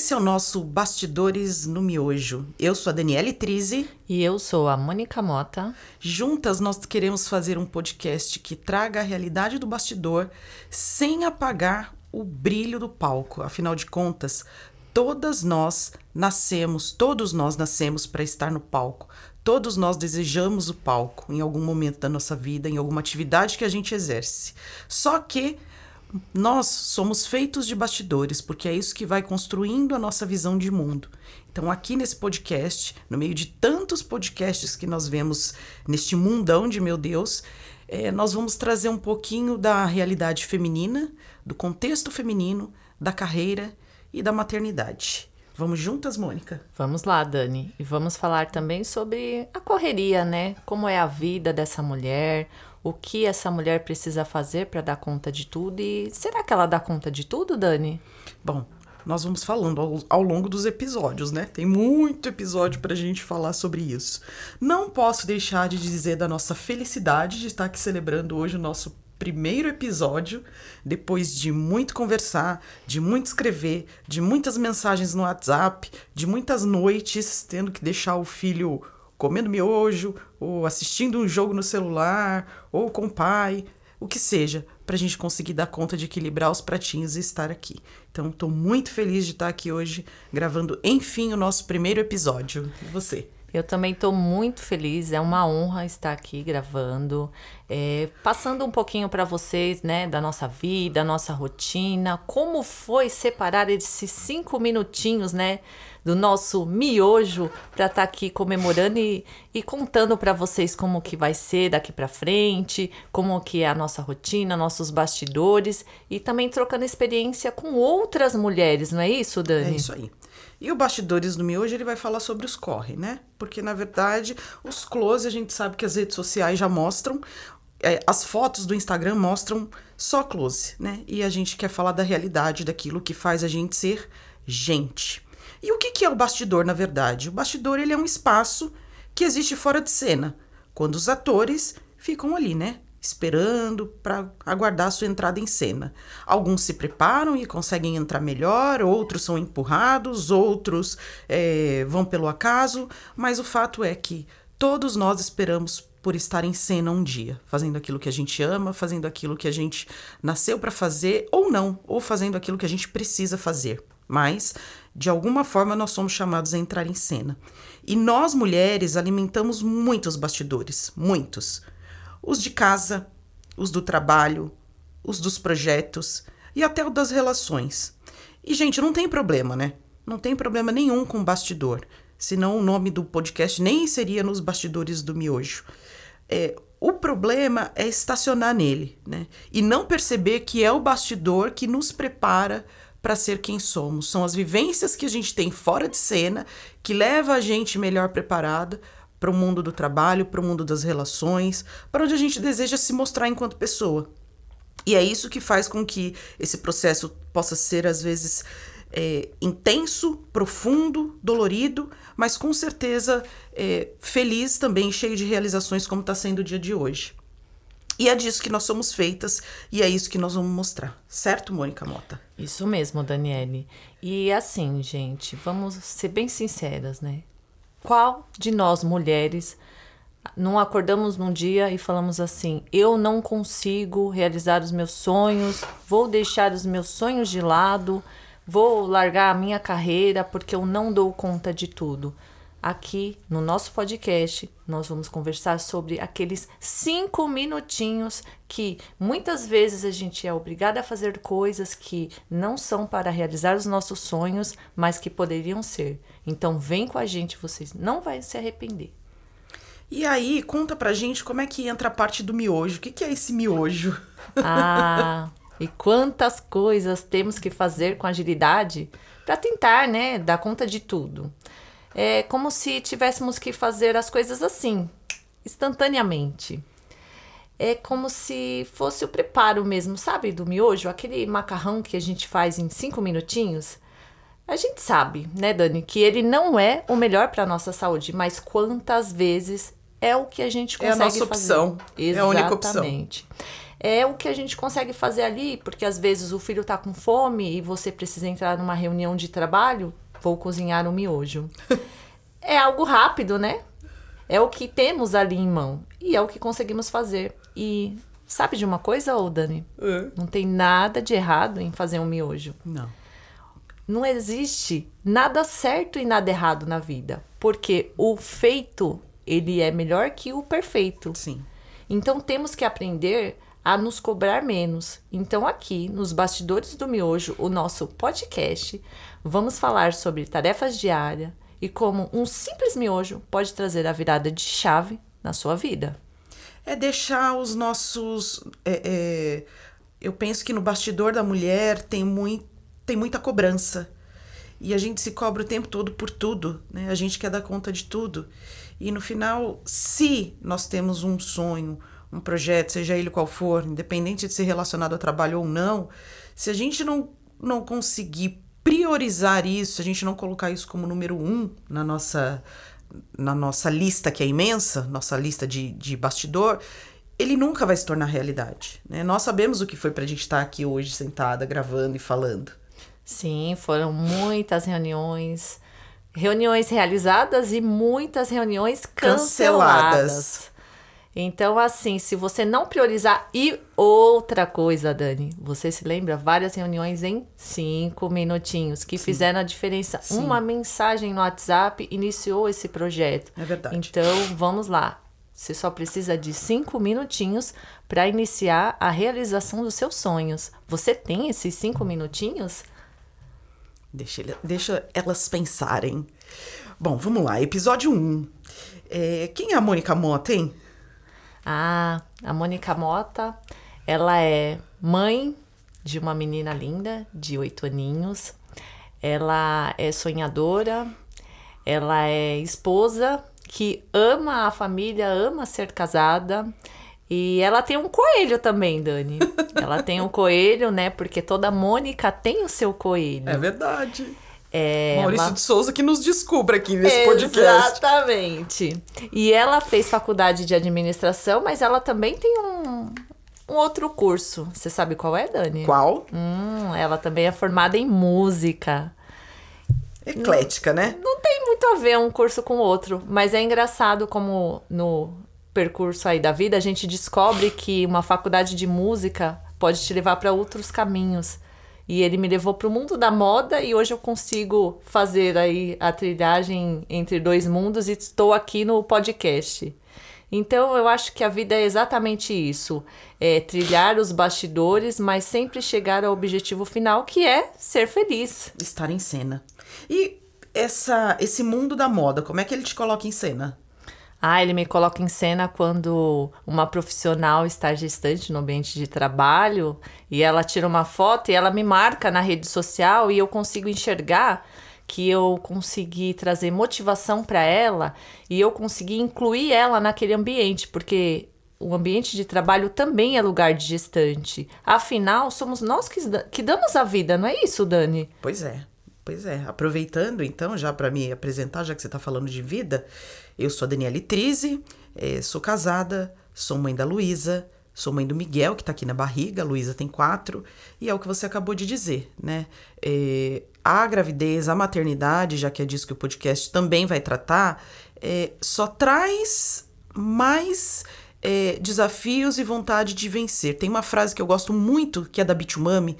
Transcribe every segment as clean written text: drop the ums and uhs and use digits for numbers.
Esse é o nosso Bastidores no Miojo. Eu sou a Daniele Trizzi. E eu sou a Mônica Mota. Juntas nós queremos fazer um podcast que traga a realidade do bastidor sem apagar o brilho do palco. Afinal de contas, todos nós nascemos para estar no palco. Todos nós desejamos o palco em algum momento da nossa vida, em alguma atividade que a gente exerce. Só que nós somos feitos de bastidores, porque é isso que vai construindo a nossa visão de mundo. Então, aqui nesse podcast, no meio de tantos podcasts que nós vemos neste mundão de meu Deus, nós vamos trazer um pouquinho da realidade feminina, do contexto feminino, da carreira e da maternidade. Vamos juntas, Mônica? Vamos lá, Dani. E vamos falar também sobre a correria, né? Como é a vida dessa mulher, o que essa mulher precisa fazer para dar conta de tudo. E será que ela dá conta de tudo, Dani? Bom, nós vamos falando ao longo dos episódios, né? Tem muito episódio pra gente falar sobre isso. Não posso deixar de dizer da nossa felicidade de estar aqui celebrando hoje o nosso primeiro episódio, depois de muito conversar, de muito escrever, de muitas mensagens no WhatsApp, de muitas noites tendo que deixar o filho comendo miojo, ou assistindo um jogo no celular, ou com o pai, o que seja, para a gente conseguir dar conta de equilibrar os pratinhos e estar aqui. Então, estou muito feliz de estar aqui hoje, gravando, enfim, o nosso primeiro episódio. E você? Eu também estou muito feliz, é uma honra estar aqui gravando, passando um pouquinho para vocês, né, da nossa vida, nossa rotina, como foi separar esses 5 minutinhos, né, do nosso miojo para estar aqui comemorando e contando para vocês como que vai ser daqui para frente, como que é a nossa rotina, nossos bastidores e também trocando experiência com outras mulheres, não é isso, Dani? É isso aí. E o Bastidores do Miojo, ele vai falar sobre os corre, né? Porque, na verdade, os close, a gente sabe que as redes sociais já mostram, as fotos do Instagram mostram só close, né? E a gente quer falar da realidade, daquilo que faz a gente ser gente. E o que é o bastidor, na verdade? O bastidor, ele é um espaço que existe fora de cena, quando os atores ficam ali, né? Esperando para aguardar a sua entrada em cena. Alguns se preparam e conseguem entrar melhor, outros são empurrados, outros vão pelo acaso, mas o fato é que todos nós esperamos por estar em cena um dia, fazendo aquilo que a gente ama, fazendo aquilo que a gente nasceu para fazer ou não, ou fazendo aquilo que a gente precisa fazer. Mas, de alguma forma, nós somos chamados a entrar em cena. E nós, mulheres, alimentamos muitos bastidores, muitos. Os de casa, os do trabalho, os dos projetos e até o das relações. E, gente, não tem problema, né? Não tem problema nenhum com bastidor. Senão o nome do podcast nem seria Nos Bastidores do Miojo. O problema é estacionar nele, né? E não perceber que é o bastidor que nos prepara para ser quem somos. São as vivências que a gente tem fora de cena que leva a gente melhor preparada para o mundo do trabalho, para o mundo das relações, para onde a gente deseja se mostrar enquanto pessoa. E é isso que faz com que esse processo possa ser, às vezes, intenso, profundo, dolorido, mas com certeza feliz também, cheio de realizações, como está sendo o dia de hoje. E é disso que nós somos feitas e é isso que nós vamos mostrar. Certo, Mônica Mota? Isso mesmo, Daniele. E assim, gente, vamos ser bem sinceras, né? Qual de nós, mulheres, não acordamos num dia e falamos assim, eu não consigo realizar os meus sonhos, vou deixar os meus sonhos de lado, vou largar a minha carreira porque eu não dou conta de tudo. Aqui, no nosso podcast, nós vamos conversar sobre aqueles 5 minutinhos que muitas vezes a gente é obrigada a fazer coisas que não são para realizar os nossos sonhos, mas que poderiam ser. Então, vem com a gente, vocês não vão se arrepender. E aí, conta pra gente como é que entra a parte do miojo. O que é esse miojo? E quantas coisas temos que fazer com agilidade para tentar, né, dar conta de tudo. É como se tivéssemos que fazer as coisas assim, instantaneamente. É como se fosse o preparo mesmo, sabe, do miojo, aquele macarrão que a gente faz em 5 minutinhos. A gente sabe, né, Dani, que ele não é o melhor para a nossa saúde, mas quantas vezes é o que a gente consegue fazer. É a nossa opção, Exatamente. é a única opção. é o que a gente consegue fazer ali, porque às vezes o filho tá com fome e você precisa entrar numa reunião de trabalho, vou cozinhar um miojo. É algo rápido, né? É o que temos ali em mão e é o que conseguimos fazer. E sabe de uma coisa, ô Dani? Não tem nada de errado em fazer um miojo. Não. Não existe nada certo e nada errado na vida, porque o feito, ele é melhor que o perfeito. Sim. Então temos que aprender a nos cobrar menos. Então aqui, nos Bastidores do Miojo, o nosso podcast, vamos falar sobre tarefas diárias e como um simples miojo pode trazer a virada de chave na sua vida. É deixar os nossos... eu penso que no bastidor da mulher tem muita cobrança. E a gente se cobra o tempo todo por tudo, né? A gente quer dar conta de tudo. E no final, se nós temos um sonho, um projeto, seja ele qual for, independente de ser relacionado ao trabalho ou não, se a gente não conseguir priorizar isso, se a gente não colocar isso como número 1 na nossa lista, que é imensa, nossa lista de bastidor, ele nunca vai se tornar realidade, né? Nós sabemos o que foi pra gente estar aqui hoje, sentada, gravando e falando. Sim, foram muitas reuniões realizadas e muitas reuniões canceladas. Então, assim, se você não priorizar... E outra coisa, Dani, você se lembra? Várias reuniões em 5 minutinhos que fizeram a diferença. Sim. Uma mensagem no WhatsApp iniciou esse projeto. É verdade. Então, vamos lá. Você só precisa de 5 minutinhos para iniciar a realização dos seus sonhos. Você tem esses 5 minutinhos? Deixa elas pensarem. Bom, vamos lá. Episódio 1. Quem é a Mônica Mota, hein? Ah, a Mônica Mota, ela é mãe de uma menina linda, de 8 aninhos. Ela é sonhadora, ela é esposa, que ama a família, ama ser casada. E ela tem um coelho também, Dani. Ela tem um coelho, né? Porque toda Mônica tem o seu coelho. É verdade. Maurício de Souza que nos descubra aqui nesse podcast. Exatamente. E ela fez faculdade de administração, mas ela também tem um outro curso. Você sabe qual é, Dani? Qual? Ela também é formada em música. Eclética, né? Não tem muito a ver um curso com o outro, mas é engraçado como no percurso aí da vida a gente descobre que uma faculdade de música pode te levar para outros caminhos. E ele me levou para o mundo da moda e hoje eu consigo fazer aí a trilhagem entre 2 mundos e estou aqui no podcast. Então eu acho que a vida é exatamente isso. É trilhar os bastidores, mas sempre chegar ao objetivo final, que é ser feliz. Estar em cena. E esse mundo da moda, como é que ele te coloca em cena? Ele me coloca em cena quando uma profissional está gestante no ambiente de trabalho e ela tira uma foto e ela me marca na rede social e eu consigo enxergar que eu consegui trazer motivação para ela e eu consegui incluir ela naquele ambiente, porque o ambiente de trabalho também é lugar de gestante. Afinal, somos nós que damos a vida, não é isso, Dani? Pois é. Aproveitando, então, já para me apresentar, já que você está falando de vida, eu sou a Daniele Trizzi, sou casada, sou mãe da Luísa, sou mãe do Miguel, que está aqui na barriga, a Luísa tem 4, e é o que você acabou de dizer, né? A gravidez, a maternidade, já que é disso que o podcast também vai tratar, só traz mais desafios e vontade de vencer. Tem uma frase que eu gosto muito, que é da Bitumami,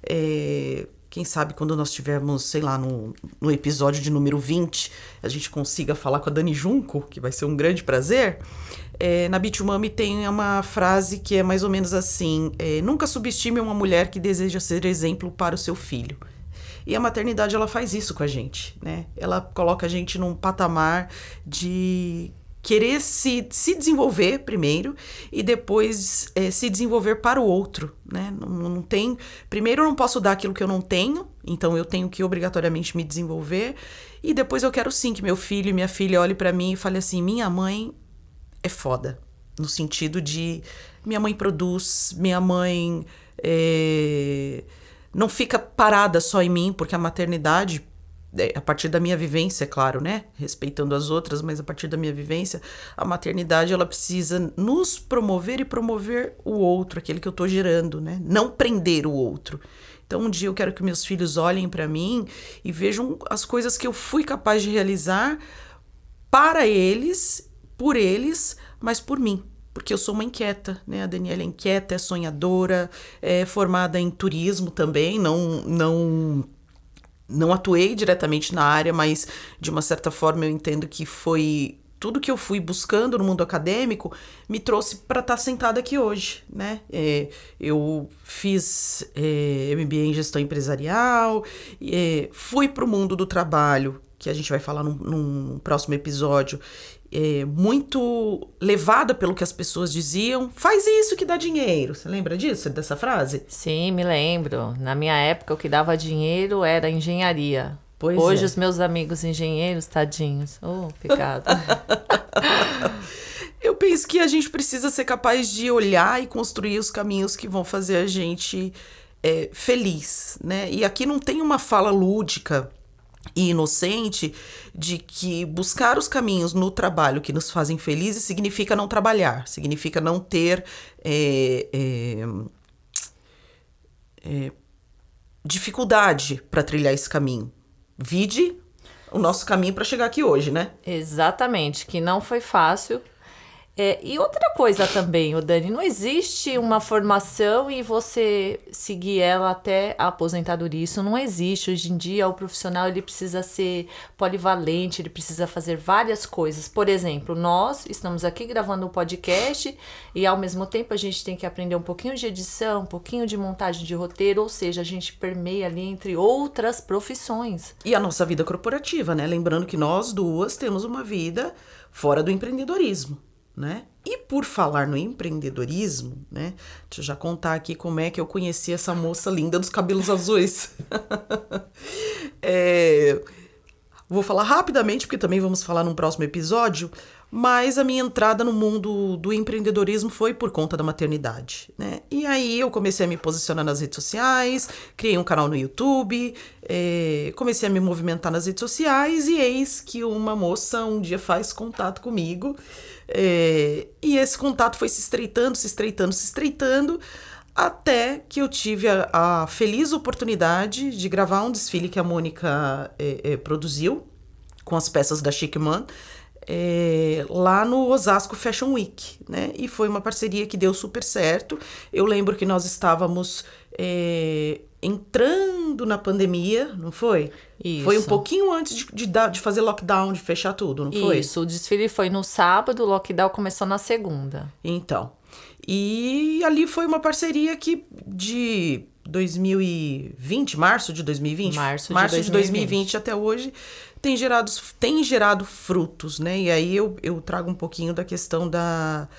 quem sabe quando nós tivermos, sei lá, no episódio de número 20, a gente consiga falar com a Dani Junco, que vai ser um grande prazer. Na Bitumami tem uma frase que é mais ou menos assim: nunca subestime uma mulher que deseja ser exemplo para o seu filho. E a maternidade, ela faz isso com a gente, né? Ela coloca a gente num patamar de querer se desenvolver primeiro e depois se desenvolver para o outro, né? Não tem... Primeiro, eu não posso dar aquilo que eu não tenho, então eu tenho que obrigatoriamente me desenvolver. E depois eu quero sim que meu filho e minha filha olhem para mim e falem assim: minha mãe é foda. No sentido de... Minha mãe produz, minha mãe não fica parada só em mim, porque a maternidade... a partir da minha vivência, é claro, né? Respeitando as outras, mas a partir da minha vivência, a maternidade, ela precisa nos promover e promover o outro, aquele que eu tô gerando, né? Não prender o outro. Então, um dia eu quero que meus filhos olhem para mim e vejam as coisas que eu fui capaz de realizar para eles, por eles, mas por mim. Porque eu sou uma inquieta, né? A Daniela é inquieta, é sonhadora, é formada em turismo também, não atuei diretamente na área, mas de uma certa forma eu entendo que foi tudo que eu fui buscando no mundo acadêmico me trouxe para estar sentada aqui hoje, né? Eu fiz MBA em gestão empresarial, fui para o mundo do trabalho, que a gente vai falar num próximo episódio, muito levada pelo que as pessoas diziam, faz isso que dá dinheiro. Você lembra disso, dessa frase? Sim, me lembro. Na minha época, o que dava dinheiro era engenharia. Pois Hoje, é. os meus amigos engenheiros, tadinhos. Oh, pecado. Eu penso que a gente precisa ser capaz de olhar e construir os caminhos que vão fazer a gente feliz, né? E aqui não tem uma fala lúdica e inocente de que buscar os caminhos no trabalho que nos fazem felizes significa não trabalhar, significa não ter dificuldade para trilhar esse caminho. Vide o nosso caminho para chegar aqui hoje, né? Exatamente, que não foi fácil. E outra coisa também, ô Dani, não existe uma formação e você seguir ela até a aposentadoria. Isso não existe. Hoje em dia, o profissional ele precisa ser polivalente, ele precisa fazer várias coisas. Por exemplo, nós estamos aqui gravando um podcast e, ao mesmo tempo, a gente tem que aprender um pouquinho de edição, um pouquinho de montagem de roteiro, ou seja, a gente permeia ali entre outras profissões. E a nossa vida corporativa, né? Lembrando que nós duas temos uma vida fora do empreendedorismo, né? E por falar no empreendedorismo, né? Deixa eu já contar aqui como é que eu conheci essa moça linda dos cabelos azuis. Vou falar rapidamente, porque também vamos falar num próximo episódio, mas a minha entrada no mundo do empreendedorismo foi por conta da maternidade, né? E aí eu comecei a me posicionar nas redes sociais, criei um canal no YouTube, comecei a me movimentar nas redes sociais e eis que uma moça um dia faz contato comigo, e esse contato foi se estreitando, até que eu tive a feliz oportunidade de gravar um desfile que a Mônica produziu com as peças da Chic Man, lá no Osasco Fashion Week, né? E foi uma parceria que deu super certo. Eu lembro que nós estávamos entrando na pandemia, não foi? Isso. Foi um pouquinho antes de fazer lockdown, de fechar tudo, não foi? Isso, o desfile foi no sábado, o lockdown começou na segunda. Então, e ali foi uma parceria que de 2020, março de 2020? Março de 2020 até hoje tem gerado frutos, né? E aí eu trago um pouquinho da questão da...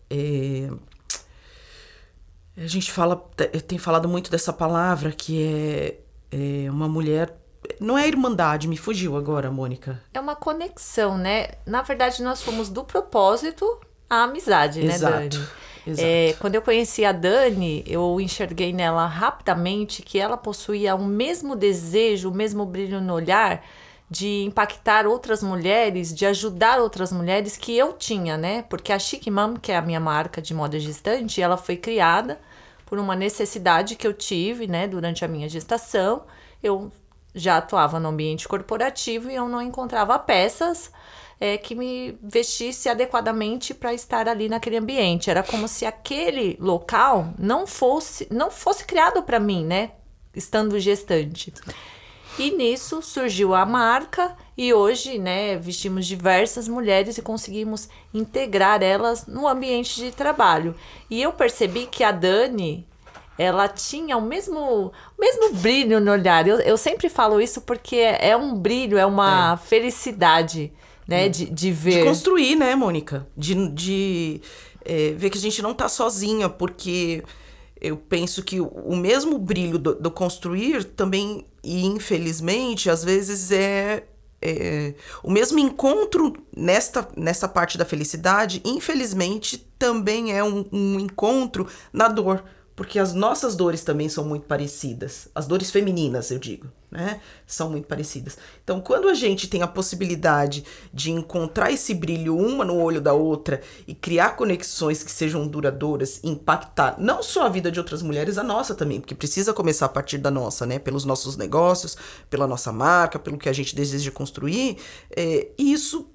a gente tem falado muito dessa palavra que é uma mulher... Não é irmandade, me fugiu agora, Mônica. É uma conexão, né? Na verdade, nós fomos do propósito à amizade, né, Dani? Exato. Quando eu conheci a Dani, eu enxerguei nela rapidamente que ela possuía o mesmo desejo, o mesmo brilho no olhar de impactar outras mulheres, de ajudar outras mulheres que eu tinha, né? Porque a Chic Mom, que é a minha marca de moda gestante, ela foi criada por uma necessidade que eu tive, né, durante a minha gestação. Eu já atuava no ambiente corporativo e eu não encontrava peças que me vestisse adequadamente para estar ali naquele ambiente. Era como se aquele local não fosse criado para mim, né, estando gestante. E nisso surgiu a marca e hoje, né, vestimos diversas mulheres e conseguimos integrar elas no ambiente de trabalho. E eu percebi que a Dani, ela tinha o mesmo brilho no olhar. Eu sempre falo isso porque é um brilho, é uma felicidade, né, de ver. De construir, né, Mônica? De ver que a gente não tá sozinha, porque eu penso que o mesmo brilho do construir também, e infelizmente, às vezes o mesmo encontro nessa parte da felicidade, infelizmente, também é um encontro na dor. porque as nossas dores também são muito parecidas. As dores femininas, eu digo, né? São muito parecidas. Então, quando a gente tem a possibilidade de encontrar esse brilho uma no olho da outra e criar conexões que sejam duradouras, impactar não só a vida de outras mulheres, a nossa também, porque precisa começar a partir da nossa, né? Pelos nossos negócios, pela nossa marca, pelo que a gente deseja construir, isso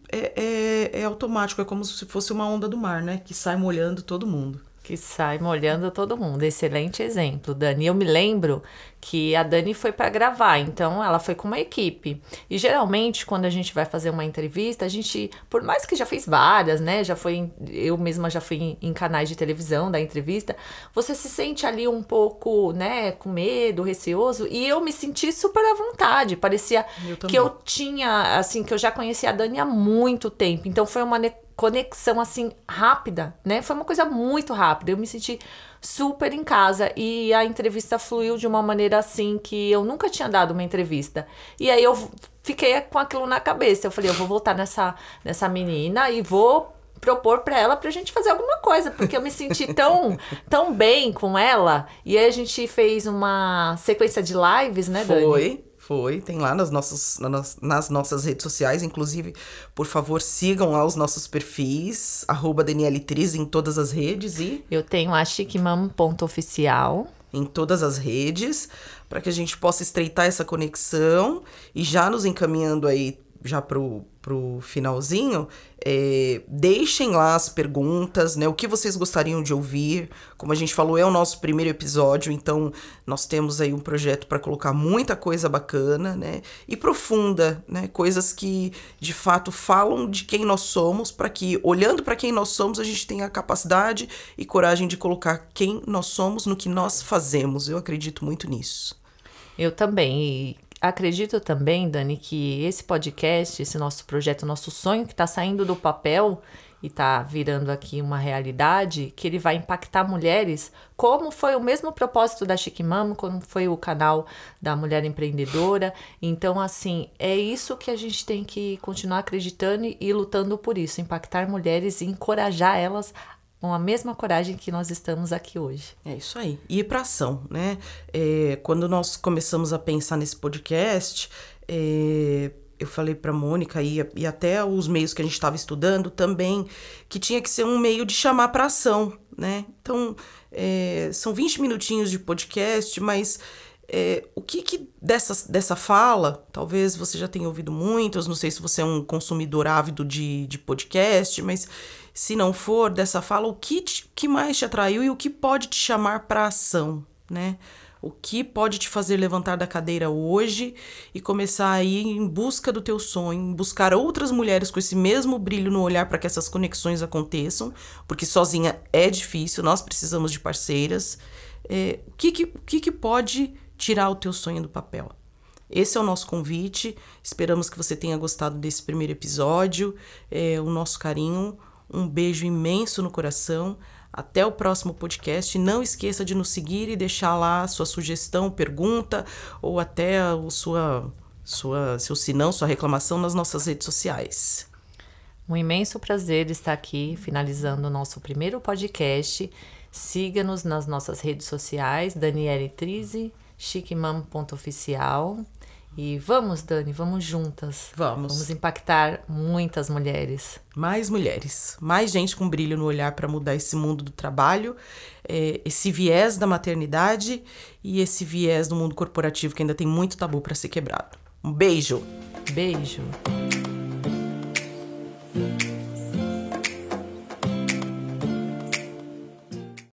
é automático, é como se fosse uma onda do mar, né? Que sai molhando todo mundo. Que sai molhando todo mundo. Excelente exemplo, Dani. Eu me lembro que a Dani foi para gravar, então ela foi com uma equipe. E geralmente, quando a gente vai fazer uma entrevista, a gente, por mais que já fez várias, né? Eu mesma já fui em canais de televisão da entrevista, você se sente ali um pouco, né, com medo, receoso. E eu me senti super à vontade. Parecia que eu tinha, assim, que eu já conhecia a Dani há muito tempo. Então foi uma conexão assim rápida, né? Foi uma coisa muito rápida. Eu me senti super em casa e a entrevista fluiu de uma maneira assim que eu nunca tinha dado uma entrevista. E aí eu fiquei com aquilo na cabeça. Eu falei, eu vou voltar nessa menina e vou propor pra ela pra gente fazer alguma coisa, porque eu me senti tão bem com ela. E aí a gente fez uma sequência de lives, né, Dani? Foi, tem lá nas nossas redes sociais, inclusive, por favor, sigam lá os nossos perfis, @DanieleTrizi em todas as redes e... Eu tenho a chiquemam.oficial. Em todas as redes, para que a gente possa estreitar essa conexão e já nos encaminhando aí, já pro finalzinho, deixem lá as perguntas, né? O que vocês gostariam de ouvir. Como a gente falou, é o nosso primeiro episódio, então nós temos aí um projeto para colocar muita coisa bacana, né? E profunda, né? Coisas que, de fato, falam de quem nós somos, para que, olhando para quem nós somos, a gente tenha a capacidade e coragem de colocar quem nós somos no que nós fazemos. Eu acredito muito nisso. Eu também. E acredito também, Dani, que esse podcast, esse nosso projeto, nosso sonho que está saindo do papel e está virando aqui uma realidade, que ele vai impactar mulheres, como foi o mesmo propósito da Chique Mama, como foi o canal da Mulher Empreendedora. Então, assim, é isso que a gente tem que continuar acreditando e lutando por isso, impactar mulheres e encorajar elas com a mesma coragem que nós estamos aqui hoje. É isso aí. E ir pra ação, né? Quando nós começamos a pensar nesse podcast, eu falei pra Mônica e até os meios que a gente estava estudando também, que tinha que ser um meio de chamar pra ação, né? Então, são 20 minutinhos de podcast, mas o que dessa fala, talvez você já tenha ouvido muitas, não sei se você é um consumidor ávido de podcast, mas se não for dessa fala, o que mais te atraiu e o que pode te chamar para ação, né? O que pode te fazer levantar da cadeira hoje e começar a ir em busca do teu sonho, buscar outras mulheres com esse mesmo brilho no olhar para que essas conexões aconteçam, porque sozinha é difícil, nós precisamos de parceiras. O que pode tirar o teu sonho do papel? Esse é o nosso convite. Esperamos que você tenha gostado desse primeiro episódio. O nosso carinho, um beijo imenso no coração. Até o próximo podcast. Não esqueça de nos seguir e deixar lá sua sugestão, pergunta ou até seu sinão, sua reclamação nas nossas redes sociais. Um imenso prazer estar aqui, finalizando o nosso primeiro podcast. Siga-nos nas nossas redes sociais, DanieleTrizi, chiquemam.oficial. E vamos, Dani, vamos juntas. Vamos impactar muitas mulheres. Mais mulheres, mais gente com brilho no olhar para mudar esse mundo do trabalho, esse viés da maternidade e esse viés do mundo corporativo que ainda tem muito tabu para ser quebrado. Um beijo! Beijo!